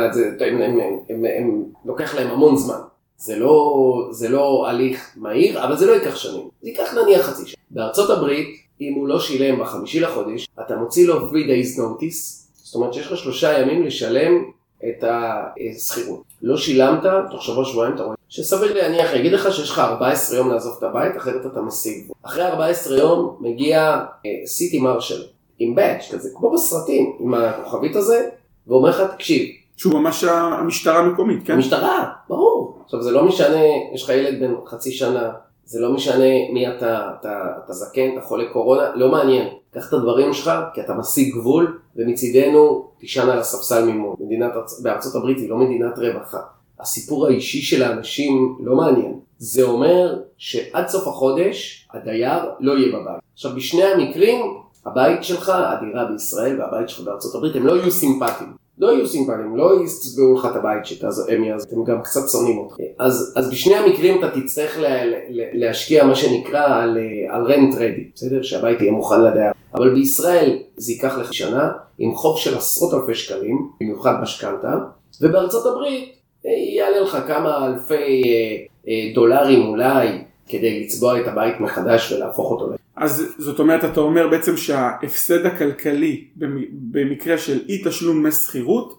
Speaker 2: הם לוקח להם המון זמן. זה לא הליך מהיר, אבל זה לא ייקח שנים. זה ייקח נניח חצי שנה. בארצות הברית, אם הוא לא שילם ב5 לחודש, אתה מוציא לו 3 days notice, זאת אומרת שיש לך 3 ימים לשלם את השכירות. לא שילמת, תוך שבוע-שבועיים אתה רואה. שסביר להניח יגיד לך שיש לך 14 יום לעזוב את הבית, אחרת אתה משיג. אחרי 14 יום מגיע סיטי מרשל, עם באג' כזה, כמו בסרטים, עם הכוכבית הזה, ואומר לך, תקשיב.
Speaker 1: שהוא ממש המשטרה המקומית, כן?
Speaker 2: המשטרה, ברור. עכשיו זה לא משנה, יש לך ילד בן חצי שנה, זה לא משנה מי אתה זקן, אתה חולה קורונה, לא מעניין. קח את הדברים שלך, כי אתה משיג גבול, ומצידנו תישן על הספסל מימון. בארצות הברית היא לא מדינת רווחה. הסיפור האישי של האנשים לא מעניין. זה אומר שעד סוף החודש, הדייר לא יהיה בבית. עכשיו בשני המקרים, הבית שלך, הדירה בישראל והבית שלך בארצות הברית, הם לא יהיו סימפטיים. לא יסגרו לך את הבית שהם יעזו, הם גם קצת שונאים אותך. אז בשני המקרים אתה תצטרך להשקיע מה שנקרא על רנט רדי, בסדר? שהבית יהיה מוכן לדייר. אבל בישראל זה ייקח לך שנה, עם חוב של עשרות אלפי שקלים, במיוחד משכנתה, ובארצות הברית יעלה לך כמה אלפי דולרים אולי, כדי לצבוע את הבית מחדש ולהפוך אותו.
Speaker 1: אז זאת אומרת, אתה אומר בעצם שההפסד הכלכלי במקרה של אי תשלום דמי שכירות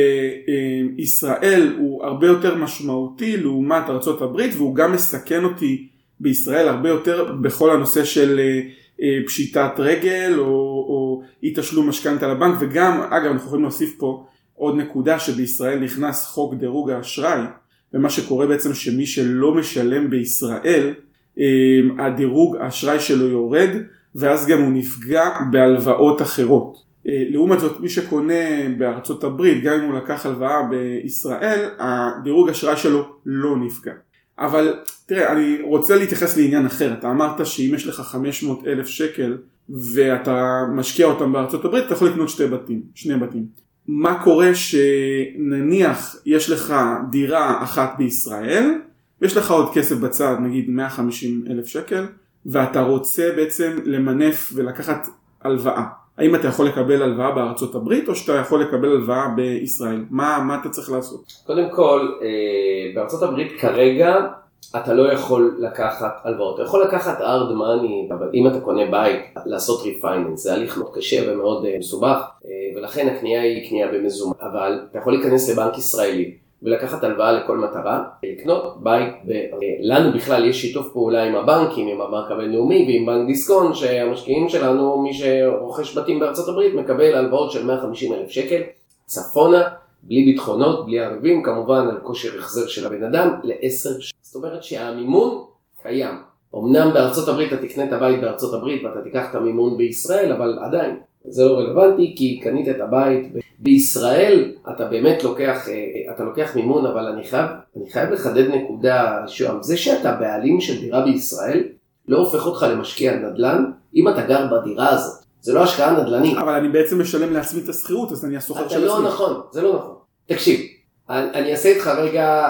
Speaker 1: בישראל הוא הרבה יותר משמעותי לעומת ארצות הברית, והוא גם מסכן אותי בישראל הרבה יותר בכל הנושא של פשיטת רגל או אי תשלום משכנתה לבנק. וגם, אגב, אנחנו יכולים להוסיף פה עוד נקודה שבישראל נכנס חוק דירוג האשראי, ומה שקורה בעצם שמי שלא משלם בישראל, הדירוג האשראי שלו יורד, ואז גם הוא נפגע בהלוואות אחרות. לעומת זאת, מי שקונה בארצות הברית, גם אם הוא לקח הלוואה בישראל, הדירוג האשראי שלו לא נפגע. אבל תראה, אני רוצה להתייחס לעניין אחר. אתה אמרת שאם יש לך 500,000 שקל ואתה משקיע אותם בארצות הברית, אתה יכול לקנות שני בתים. מה קורה שנניח יש לך דירה אחת בישראל, ויש לך עוד כסף בצד, נגיד 150,000 שקל, ואתה רוצה בעצם למנף ולקחת הלוואה. האם אתה יכול לקבל הלוואה בארצות הברית, או שאתה יכול לקבל הלוואה בישראל? מה אתה צריך לעשות?
Speaker 2: קודם כל, בארצות הברית כרגע אתה לא יכול לקחת הלוואות. אתה יכול לקחת hard money, אבל אם אתה קונה בית, לעשות refinance, זה הליך מאוד קשה ומאוד מסובך, ולכן הקנייה היא קנייה במזומן. אבל אתה יכול להיכנס לבנק ישראלי, ולקחת הלוואה לכל מטרה, לקנות בית. לנו בכלל יש שיתוף פעולה עם הבנקים, עם הבנק הבינלאומי ועם בנק דיסקונט, שהמשקיעים שלנו, מי שרוכש בתים בארצות הברית, מקבל הלוואות של 150,000 שקל, צפונה, בלי ביטחונות, בלי ערבים, כמובן על כושר החזר של הבן אדם, ל10 שנים. זאת אומרת שהמימון קיים. אמנם בארצות הברית אתה תקנה את הבית בארצות הברית ואתה תיקח את המימון בישראל, אבל עדיין זה לא רלוונטי, כי קנית את הבית בישראל, אתה באמת לוקח מימון, אבל אני חייב לחדד נקודה שם. זה שאתה בעלים של דירה בישראל לא הופך אותך למשקיע נדל"ן אם אתה גר בדירה הזאת. זה לא השקעה נדל"נית.
Speaker 1: אבל אני בעצם משלם לעצמי את השכירות, אז אני השוכר של עצמי.
Speaker 2: לא נכון, זה לא נכון. תקשיב, אני אעשה איתך רגע,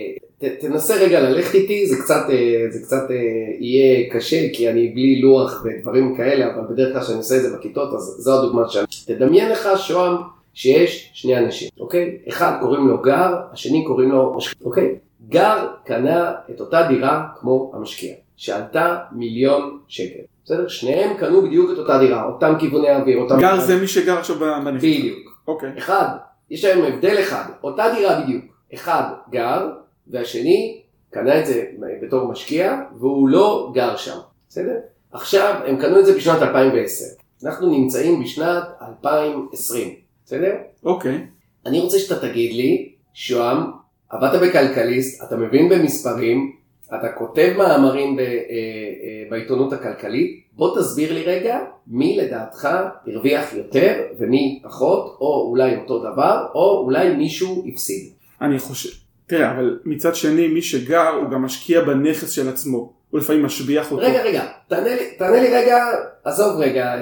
Speaker 2: תנסה רגע ללכת איתי, זה קצת יהיה קשה, כי אני בלי לוח ודברים כאלה, אבל בדרך כלל שאני עושה את זה בכיתות, אז זו הדוגמה שאני. תדמיין לך שוהם שיש שני אנשים, אוקיי? אחד קוראים לו גר, השני קוראים לו משקיע, אוקיי? גר קנה את אותה דירה כמו המשקיע, שעלתה 1,000,000 שקל. בסדר? שניהם קנו בדיוק את אותה דירה, אותם כיווני אוויר, אותם...
Speaker 1: גר זה מי שגר עכשיו בנכס.
Speaker 2: בדיוק.
Speaker 1: אוקיי.
Speaker 2: אחד, יש להם הבדל אחד, אותה דירה בדיוק. אחד גר, והשני קנה את זה בתור משקיע, והוא לא גר שם. בסדר? עכשיו, הם קנו את זה בשנת 2010. אנחנו נמצאים בשנת 2020. בסדר?
Speaker 1: אוקיי.
Speaker 2: אני רוצה שאתה תגיד לי, שוהם, עבדת בכלכליסט, אתה מבין במספרים, אתה כותב מאמרים בעיתונות הכלכלית, בוא תסביר לי רגע מי לדעתך הרוויח יותר ומי פחות, או אולי אותו דבר, או אולי מישהו הפסיד.
Speaker 1: אני חושב, תראה, אבל מצד שני מי שגר הוא גם משקיע בנכס של עצמו, הוא לפעמים משביח אותו.
Speaker 2: רגע, תענה לי רגע, עזוב רגע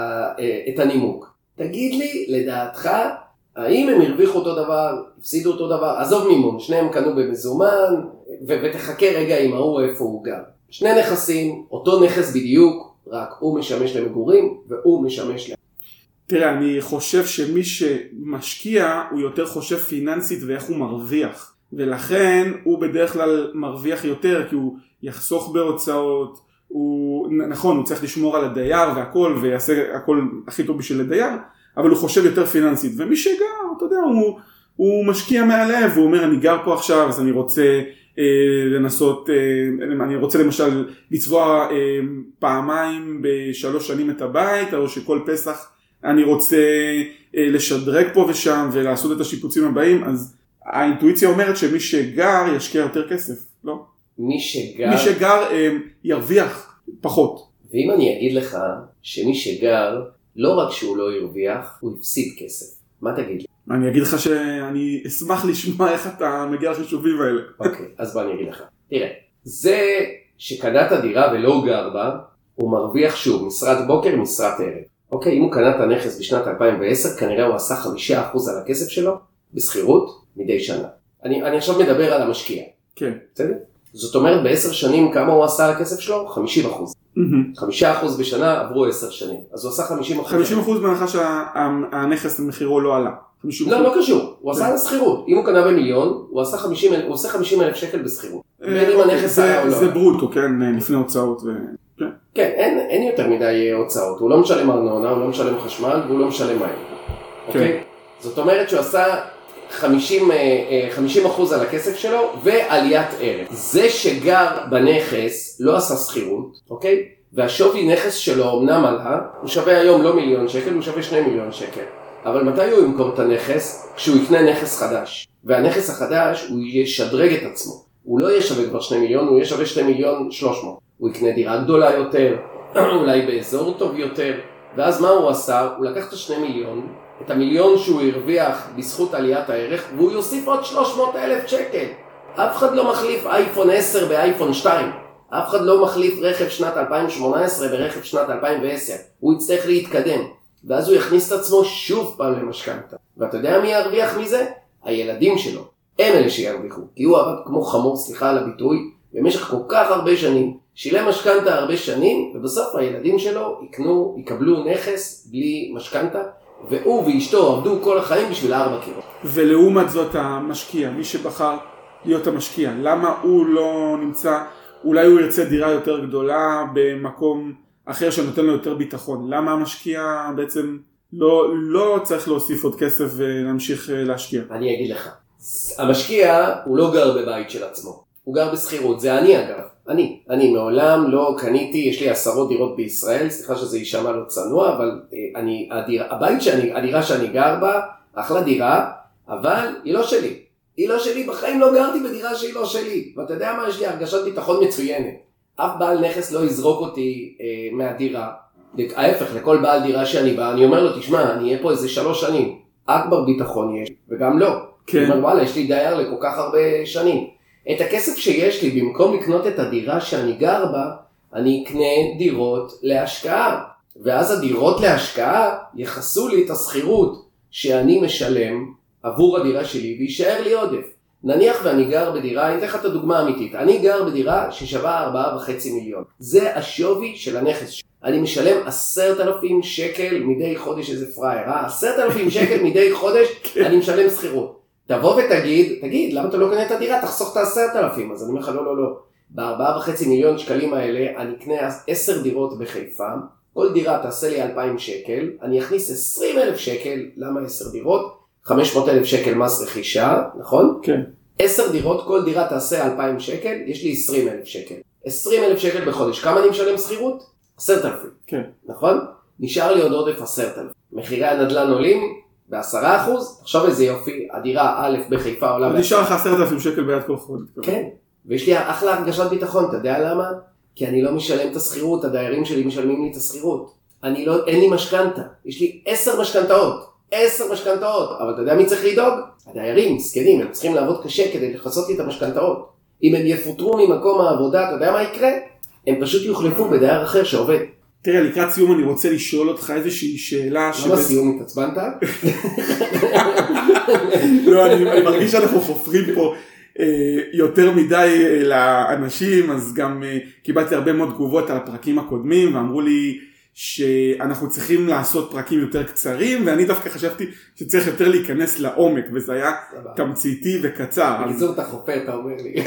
Speaker 2: את הנימוק. תגיד לי, לדעתך, האם הם הרוויחו אותו דבר, הפסידו אותו דבר, עזוב מימון, שניהם קנו במזומן, ותחכה רגע עם ההוא איפה הוא גר. שני נכסים, אותו נכס בדיוק, רק הוא משמש למגורים, והוא משמש
Speaker 1: תראה, אני חושב שמי שמשקיע, הוא יותר חושב פיננסית ואיך הוא מרוויח. ולכן הוא בדרך כלל מרוויח יותר, כי הוא יחסוך בהוצאות, נכון, הוא צריך לשמור על הדייר והכל, ויעשה הכל הכי טוב בשביל הדייר, אבל הוא חושב יותר פיננסית. ומי שגר, אתה יודע, הוא משקיע מהלב, הוא אומר, אני גר פה עכשיו, אז אני רוצה לנסות, אני רוצה למשל לצבוע פעמיים ב3 שנים את הבית, או שכל פסח אני רוצה לשדרג פה ושם, ולעשות את השיפוצים הבאים, אז האינטואיציה אומרת שמי שגר ישקיע יותר כסף, לא?
Speaker 2: מי
Speaker 1: שגר ירוויח פחות.
Speaker 2: ואם אני אגיד לך שמי שגר, לא רק שהוא לא ירוויח, הוא הפסיד כסף. מה תגיד לי?
Speaker 1: אני אגיד לך שאני אשמח לשמוע איך אתה מגיע לחישובים האלה.
Speaker 2: אוקיי, אז בוא אני אגיד לך. תראה, זה שקנה את הדירה ולא גר בה, הוא מרוויח שוב, משרת בוקר, משרת ערב. אוקיי, אם הוא קנה את הנכס בשנת 2010, כנראה הוא עשה 5% על הכסף שלו, בסחירות, מדי שנה. אני עכשיו מדבר על המשקיע.
Speaker 1: כן.
Speaker 2: בסדר? זאת אומרת, ב10 שנים כמה הוא עשה על הכסף שלו? 50%. 5% בשנה עברו 10 שנים. אז הוא עשה 50%.
Speaker 1: 50% בהנחה שהנכס מחירו לא עלה.
Speaker 2: לא קשור. הוא עשה לסחירות. אם הוא קנה במיליון, הוא עושה 50,000 שקל בסחירות. בין אם הנכס היה או לא.
Speaker 1: זה ברוטו, כן, לפני הוצאות.
Speaker 2: כן, אין יותר מדי הוצאות. הוא לא משלם ארנונה, הוא לא משלם חשמל, והוא לא משלם מים. אוקיי? זאת אומרת שהוא עשה 50% על הכסף שלו ועליית ערך. זה שגר בנכס לא עשה סחירות, אוקיי? והשווי נכס שלו אמנם עלה, הוא שווה היום לא 1,000,000 שקל, הוא שווה 2 מיליון שקל. אבל מתי הוא ימכור את הנכס? כשהוא יקנה נכס חדש. והנכס החדש הוא ישדרג את עצמו. הוא לא יהיה שווה כבר 2 מיליון, הוא יהיה שווה 2,300,000. הוא יקנה דירה גדולה יותר, אולי באזור טוב יותר. ואז מה הוא עשה? הוא לקח את 2 מיליון, את 1,000,000 שהוא הרוויח בזכות עליית הערך, והוא יוסיף עוד 300,000 שקל. אף אחד לא מחליף אייפון 10 באייפון 2. אף אחד לא מחליף רכב שנת 2018 ברכב שנת 2010. הוא יצטרך להתקדם. ואז הוא יכניס את עצמו שוב פעם למשכנתה. ואתה יודע מי ירוויח מזה? הילדים שלו. הם אלה שירוויחו. כי הוא עבד כמו חמור, סליחה על הביטוי, במשך כל כך הרבה שנים. שילם משכנתה הרבה שנים, ובסוף הילדים שלו יקבלו נכס בלי משכנתה, והוא ואשתו עבדו כל החיים בשביל 4 קירות.
Speaker 1: ולעומת זאת המשקיע, מי שבחר להיות המשקיע, למה הוא לא נמצא, אולי הוא ירצה דירה יותר גדולה במקום אחר שנותן לו יותר ביטחון. למה המשקיע בעצם לא צריך להוסיף עוד כסף ולהמשיך להשקיע?
Speaker 2: אני אגיד לך. המשקיע הוא לא גר בבית של עצמו. הוא גר בסחירות. זה אני אגב. אני מעולם לא קניתי, יש לי 10 דירות בישראל, סליחה שזה יישמע לא צנוע, אבל הדירה שאני גר בה, אחלה דירה, אבל היא לא שלי. היא לא שלי, בחיים לא גרתי בדירה שהיא לא שלי. ואתה יודע מה? יש לי הרגשת ביטחון מצוינת. אף בעל נכס לא יזרוק אותי מהדירה. ההפך, לכל בעל דירה שאני בא, אני אומר לו, תשמע, אני אהיה פה איזה 3 שנים. אכבר ביטחון יש, וגם לא.
Speaker 1: כן.
Speaker 2: אני אומר, וואלה, יש לי דייר לכל כך הרבה שנים. את הכסף שיש לי, במקום לקנות את הדירה שאני גר בה, אני אקנה דירות להשקעה. ואז הדירות להשקעה יחסו לי את הסחירות שאני משלם עבור הדירה שלי, וישאר לי עודף. נניח ואני גר בדירה, אני אתן לך את הדוגמה האמיתית, אני גר בדירה ששווה 4.5 מיליון. זה השווי של הנכס שלי. אני משלם 10,000 שקל מדי חודש, איזה פרייר, 10,000 שקל מדי חודש אני משלם שכירות. תבוא ותגיד, למה אתה לא קונה את הדירה? תחסוך את 10,000. אז אני אומר לך, לא. ב4.5 מיליון שקלים האלה אני אקנה 10 דירות בחיפה, כל דירה תעשה לי 2,000 שקל, אני אכניס 20,000 שקל, למה 10 דירות? 500,000 שקל מס רכישה, נכון?
Speaker 1: כן.
Speaker 2: 10 דירות, כל דירה תעשה 2,000 שקל, יש לי 20,000 שקל. 20,000 שקל בחודש, כמה אני משלם שכירות? 10,000.
Speaker 1: כן.
Speaker 2: נכון? נשאר לי עוד עודף 10,000. מחירי הנדל"ן עולים ב10%, עכשיו איזה יופי, הדירה א' בחיפה עולה...
Speaker 1: נשאר לך 10,000 שקל ביד כל חודש.
Speaker 2: כן, ויש לי אחלה הרגשת ביטחון, אתה יודע למה? כי אני לא משלם את השכירות, הדיירים שלי משלמים לי את השכירות. אין לי משכנתה, יש לי 10 משכנתאות. 10 משכנתאות, אבל אתה יודע מי צריך לדאוג? הדיירים, מסכנים, הם צריכים לעבוד קשה כדי לחסות לי את המשכנתאות. אם הם יפוטרו ממקום העבודה, אתה יודע מה יקרה? הם פשוט יוחלפו בדייר אחר שעובד.
Speaker 1: תראה, לקראת סיום אני רוצה לשאול אותך איזושהי שאלה...
Speaker 2: למה סיום התעצבנת?
Speaker 1: לא, אני מרגיש שאנחנו חופרים פה יותר מדי לאנשים, אז גם קיבלתי הרבה מאוד תגובות על הפרקים הקודמים, ואמרו לי שאנחנו צריכים לעשות פרקים יותר קצרים, ואני דווקא חשבתי שצריך יותר להיכנס לעומק, וזה היה תמציתי וקצר.
Speaker 2: בקיצור אתה חופר, אתה אומר לי.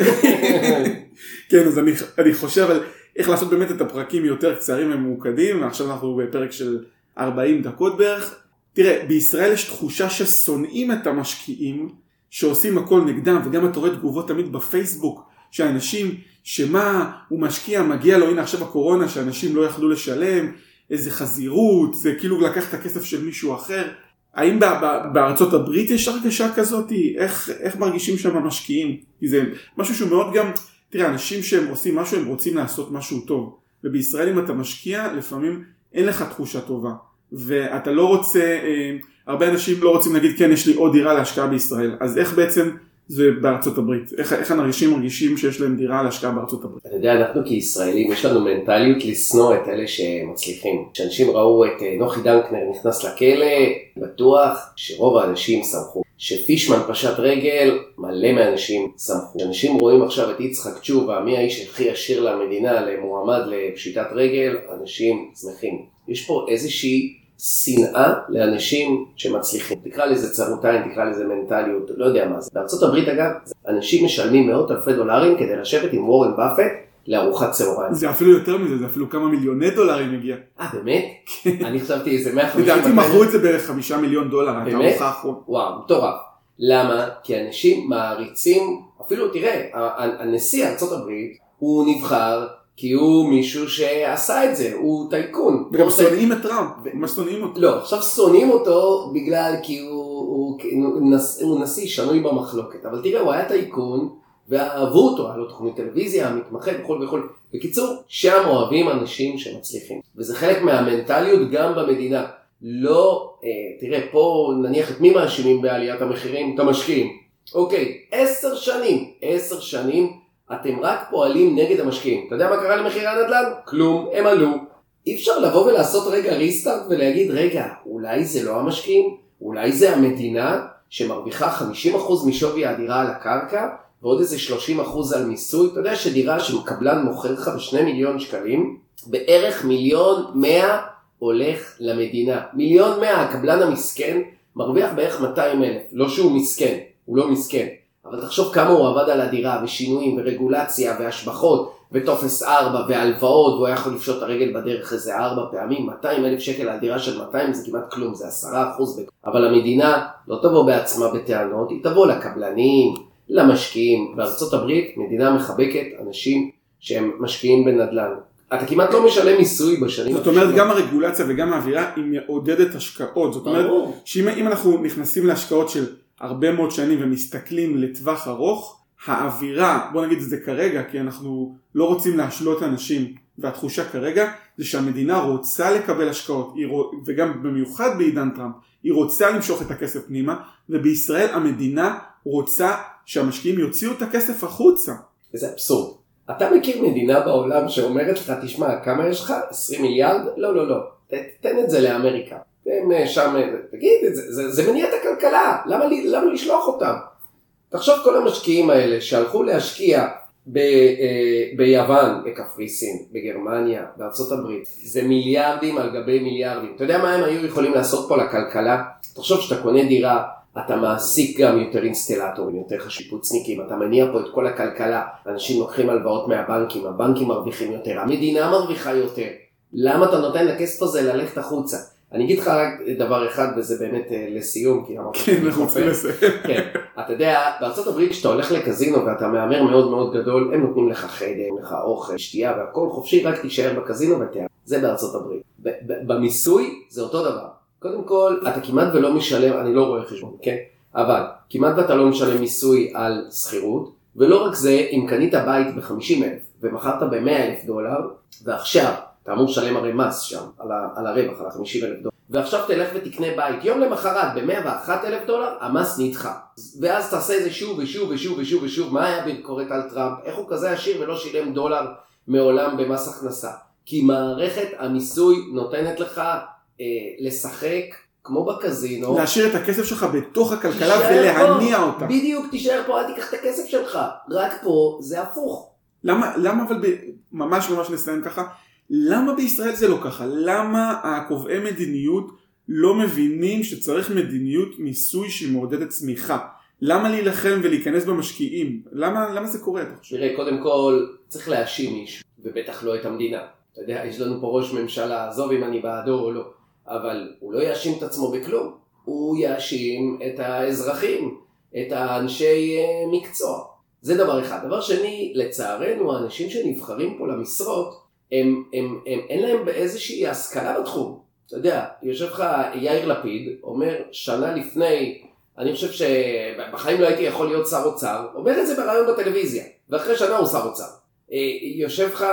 Speaker 1: כן, אז אני חושב על איך לעשות באמת את הפרקים יותר קצרים וממוקדים, ועכשיו אנחנו בפרק של 40 דקות בערך. תראה, בישראל יש תחושה ששונאים את המשקיעים, שעושים הכל נגדם, וגם אתה רואה תגובות תמיד בפייסבוק, שאנשים, שמה הוא משקיע, מגיע לו, הנה עכשיו הקורונה, שאנשים לא יכלו לשלם, איזה חזירות, זה כאילו לקח את הכסף של מישהו אחר. האם בארצות הברית יש הרגשה כזאת? איך מרגישים שם המשקיעים? כי זה משהו שהוא מאוד גם, תראה, אנשים שהם עושים משהו, הם רוצים לעשות משהו טוב. ובישראל אם אתה משקיע, לפעמים אין לך תחושה טובה. ואתה לא רוצה, הרבה אנשים לא רוצים להגיד, כן, יש לי עוד דירה להשקעה בישראל. אז איך בעצם זה בארצות הברית? איך אנשים מרגישים שיש להם דירה להשקעה בארצות הברית?
Speaker 2: אתה יודע, אנחנו כישראלים, יש לנו מנטליות לשנוא את אלה שמצליחים. כשאנשים ראו את נוחי דנקנר נכנס לכלא, בטוח שרוב האנשים שמחו. שפישמן פשט רגל, מלא מהאנשים שמחו. כשאנשים רואים עכשיו את יצחק תשובה, מי האיש הכי עשיר למדינה, למועמד לפשיטת רגל, אנשים שמחים. יש פה איזושהי שנאה לאנשים שמצליחים. תקרא לזה צרותיים, תקרא לזה מנטליות, לא יודע מה זה. בארצות הברית אגב, אנשים משלמים מאות אלפי דולרים כדי לשבת עם וורן באפט לארוחת צהריים.
Speaker 1: זה אפילו יותר מזה, זה אפילו כמה מיליוני דולרים הגיע.
Speaker 2: באמת? אני חשבתי איזה 150...
Speaker 1: לדעתי מכרו את זה ב$5 מיליון, את הארוחה האחרונה.
Speaker 2: וואו, מטורף. למה? כי אנשים מעריצים, אפילו תראה, הנשיא ארצות הברית הוא נבחר כי הוא מישהו שעשה את זה, הוא טייקון.
Speaker 1: וגם שונאים את טראמפ, מה שונאים אותו?
Speaker 2: לא, עכשיו שונאים אותו בגלל כי הוא נשיא שנוי במחלוקת, אבל תראה, הוא היה טייקון, ואהבו אותו, היה לו תוכנית טלוויזיה, מתמחה וכל. בקיצור, שם אוהבים אנשים שמצליחים. וזה חלק מהמנטליות גם במדינה. לא, תראה, פה נניח את מי מאשימים בעליית המחירים? את המשקיעים. אוקיי, 10 שנים, אתם רק פועלים נגד המשקיעים. אתה יודע מה קרה למחירי הנדל"ן? כלום, הם עלו. אי אפשר לבוא ולעשות רגע ריסטארט ולהגיד, רגע, אולי זה לא המשקיעים? אולי זה המדינה שמרוויחה 50% משווי הדירה על הקרקע, ועוד איזה 30% על מיסוי? אתה יודע שדירה שקבלן מוכר לך ב2 מיליון שקלים, בערך 1,100,000 הולך למדינה. 1,100,000, הקבלן המסכן מרוויח בערך 200,000. לא שהוא מסכן, הוא לא מסכן. אבל תחשוב כמה הוא עבד על הדירה, ושינויים, ורגולציה, והשבחות, וטופס 4, והלוואות, והוא היה יכול לפשוט את הרגל בדרך איזה 4 פעמים. 200,000 שקל על דירה של 200 זה כמעט כלום, זה 10%. אבל המדינה לא תבוא בעצמה בטענות, היא תבוא לקבלנים, למשקיעים. בארצות הברית מדינה מחבקת אנשים שהם משקיעים בנדל"ן. אתה כמעט לא משלם מיסוי בשנים.
Speaker 1: זאת אומרת, גם הרגולציה וגם האווירה היא מעודדת השקעות. זאת אומרת, שאם אנחנו נכנסים להשקעות של הרבה מאוד שנים ומסתכלים לטווח ארוך, האווירה, בוא נגיד את זה כרגע, כי אנחנו לא רוצים להשלות אנשים, והתחושה כרגע זה שהמדינה רוצה לקבל השקעות, וגם במיוחד בעידן טראמפ, היא רוצה למשוך את הכסף פנימה, ובישראל המדינה רוצה שהמשקיעים יוציאו את הכסף החוצה.
Speaker 2: זה אבסורד. אתה מכיר מדינה בעולם שאומרת לך, תשמע, כמה יש לך? 20 מיליארד? לא, לא, לא. תן את זה לאמריקה. והם שם, תגיד, זה מניע את הכלכלה. למה לשלוח אותם? תחשוב כל המשקיעים האלה שהלכו להשקיע ביוון, בקפריסין, בגרמניה, בארצות הברית. זה מיליארדים על גבי מיליארדים. אתה יודע מה הם היו יכולים לעשות פה לכלכלה? תחשוב שאתה קונה דירה, אתה מעסיק גם יותר אינסטלטורים, יותר שיפוצניקים, אתה מניע פה את כל הכלכלה, אנשים לוקחים הלוואות מהבנקים, הבנקים מרוויחים יותר, המדינה מרוויחה יותר. למה אתה נותן לכסף הזה ללכת החוצה? אני אגיד לך רק דבר אחד, וזה באמת לסיום, כי אמרתי...
Speaker 1: כן, אנחנו רוצים לסיים.
Speaker 2: כן, אתה יודע, בארצות הברית כשאתה הולך לקזינו ואתה מאמר מאוד מאוד גדול, הם נותנים לך חדר, לך אוכל, שתייה והכל חופשי, רק תישאר בקזינו ותיאר. זה בארצות הברית. במיסוי זה אותו דבר. קודם כל, אתה כמעט ולא משלם, אני לא רואה חשבון, כן? אבל כמעט ואתה לא משלם מיסוי על שכירות, ולא רק זה, אם קנית בית ב-50,000 ומכרת ב-100,000 דולר, ועכשיו אתה אמור לשלם הרי מס שם, על הרווח, על ה-50,000 דולר, ועכשיו תלך ותקנה בית, יום למחרת ב-101,000 דולר, המס נדחה. ואז תעשה את זה שוב ושוב ושוב ושוב ושוב, מה היה ביקורת על טראמפ? איך הוא כזה עשיר ולא שילם דולר מעולם במס הכנסה? כי מערכת המיסוי נותנת לך לשחק כמו בקזינו.
Speaker 1: להשאיר את הכסף שלך בתוך הכלכלה ולהניע אותה.
Speaker 2: בדיוק, תישאר פה, אל תיקח את הכסף שלך. רק פה זה הפוך.
Speaker 1: למה אבל ממש נסיים ככה? למה בישראל זה לא ככה? למה הקובעי מדיניות לא מבינים שצריך מדיניות מיסוי שמעודדת צמיחה? למה להילחם ולהיכנס במשקיעים? למה זה קורה?
Speaker 2: תראה, קודם כל צריך להאשים מישהו, ובטח לא את המדינה. אתה יודע, יש לנו פה ראש ממשלה, עזוב אם אני בעדו או לא. אבל הוא לא יאשים את עצמו בכלום, הוא יאשים את האזרחים, את האנשי מקצוע. זה דבר אחד. דבר שני, לצערנו, האנשים שנבחרים פה למשרות, אין להם באיזושהי השכלה בתחום. אתה יודע, יושב לך יאיר לפיד, אומר שנה לפני, אני חושב שבחיים לא הייתי יכול להיות שר אוצר, אומר את זה ברעיון בטלוויזיה, ואחרי שנה הוא שר אוצר. יושב לך,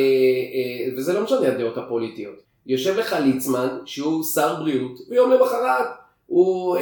Speaker 2: וזה לא משנה הדעות הפוליטיות, יושב לך ליצמן, שהוא שר בריאות, ויום למחרת הוא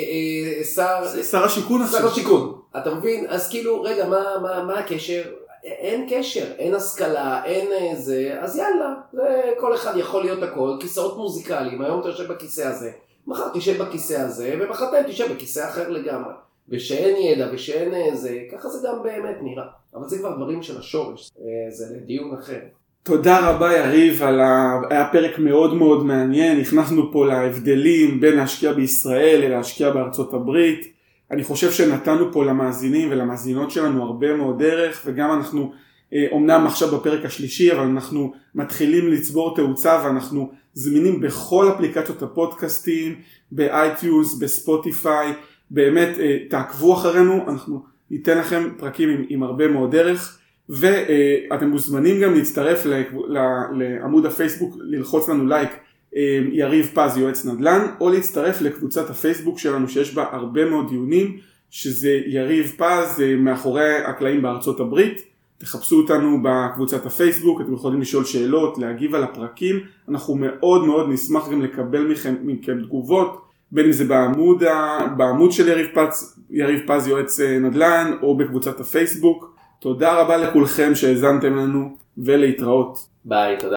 Speaker 1: שר השיכון.
Speaker 2: שר השיכון. אתה מבין? אז כאילו, רגע, מה הקשר? אין קשר, אין השכלה, אין זה, אז יאללה, כל אחד יכול להיות הכל, כיסאות מוזיקליים, היום אתה יושב בכיסא הזה, מחר תשב בכיסא הזה, ומחרתיים תשב בכיסא אחר לגמרי. ושאין ידע ושאין זה, ככה זה גם באמת נראה. אבל זה כבר דברים של השורש, זה לדיון אחר.
Speaker 1: תודה רבה יריב, היה פרק מאוד מאוד מעניין, נכנסנו פה להבדלים בין להשקיע בישראל להשקיע בארצות הברית. אני חושב שנתנו פה למאזינים ולמאזינות שלנו הרבה מאוד דרך, וגם אנחנו אומנם עכשיו בפרק השלישי, אבל אנחנו מתחילים לצבור תאוצה, ואנחנו זמינים בכל אפליקציות הפודקאסטים, באייטיונס, בספוטיפיי, באמת תעקבו אחרינו, אנחנו ניתן לכם פרקים עם הרבה מאוד דרך, ואתם מוזמנים גם להצטרף לעמוד הפייסבוק, ללחוץ לנו לייק, יריב פז יועץ נדל"ן, או להצטרף לקבוצת הפייסבוק שלנו שיש בה הרבה מאוד דיונים, שזה יריב פז מאחורי הקלעים בארצות הברית. תחפשו אותנו בקבוצת הפייסבוק, אתם יכולים לשאול שאלות, להגיב על הפרקים, אנחנו מאוד מאוד נשמח גם לקבל מכם תגובות, בין אם זה בעמוד של יריב פז יועץ נדל"ן, או בקבוצת הפייסבוק. תודה רבה לכולכם שהאזנתם לנו, ולהתראות.
Speaker 2: ביי, תודה.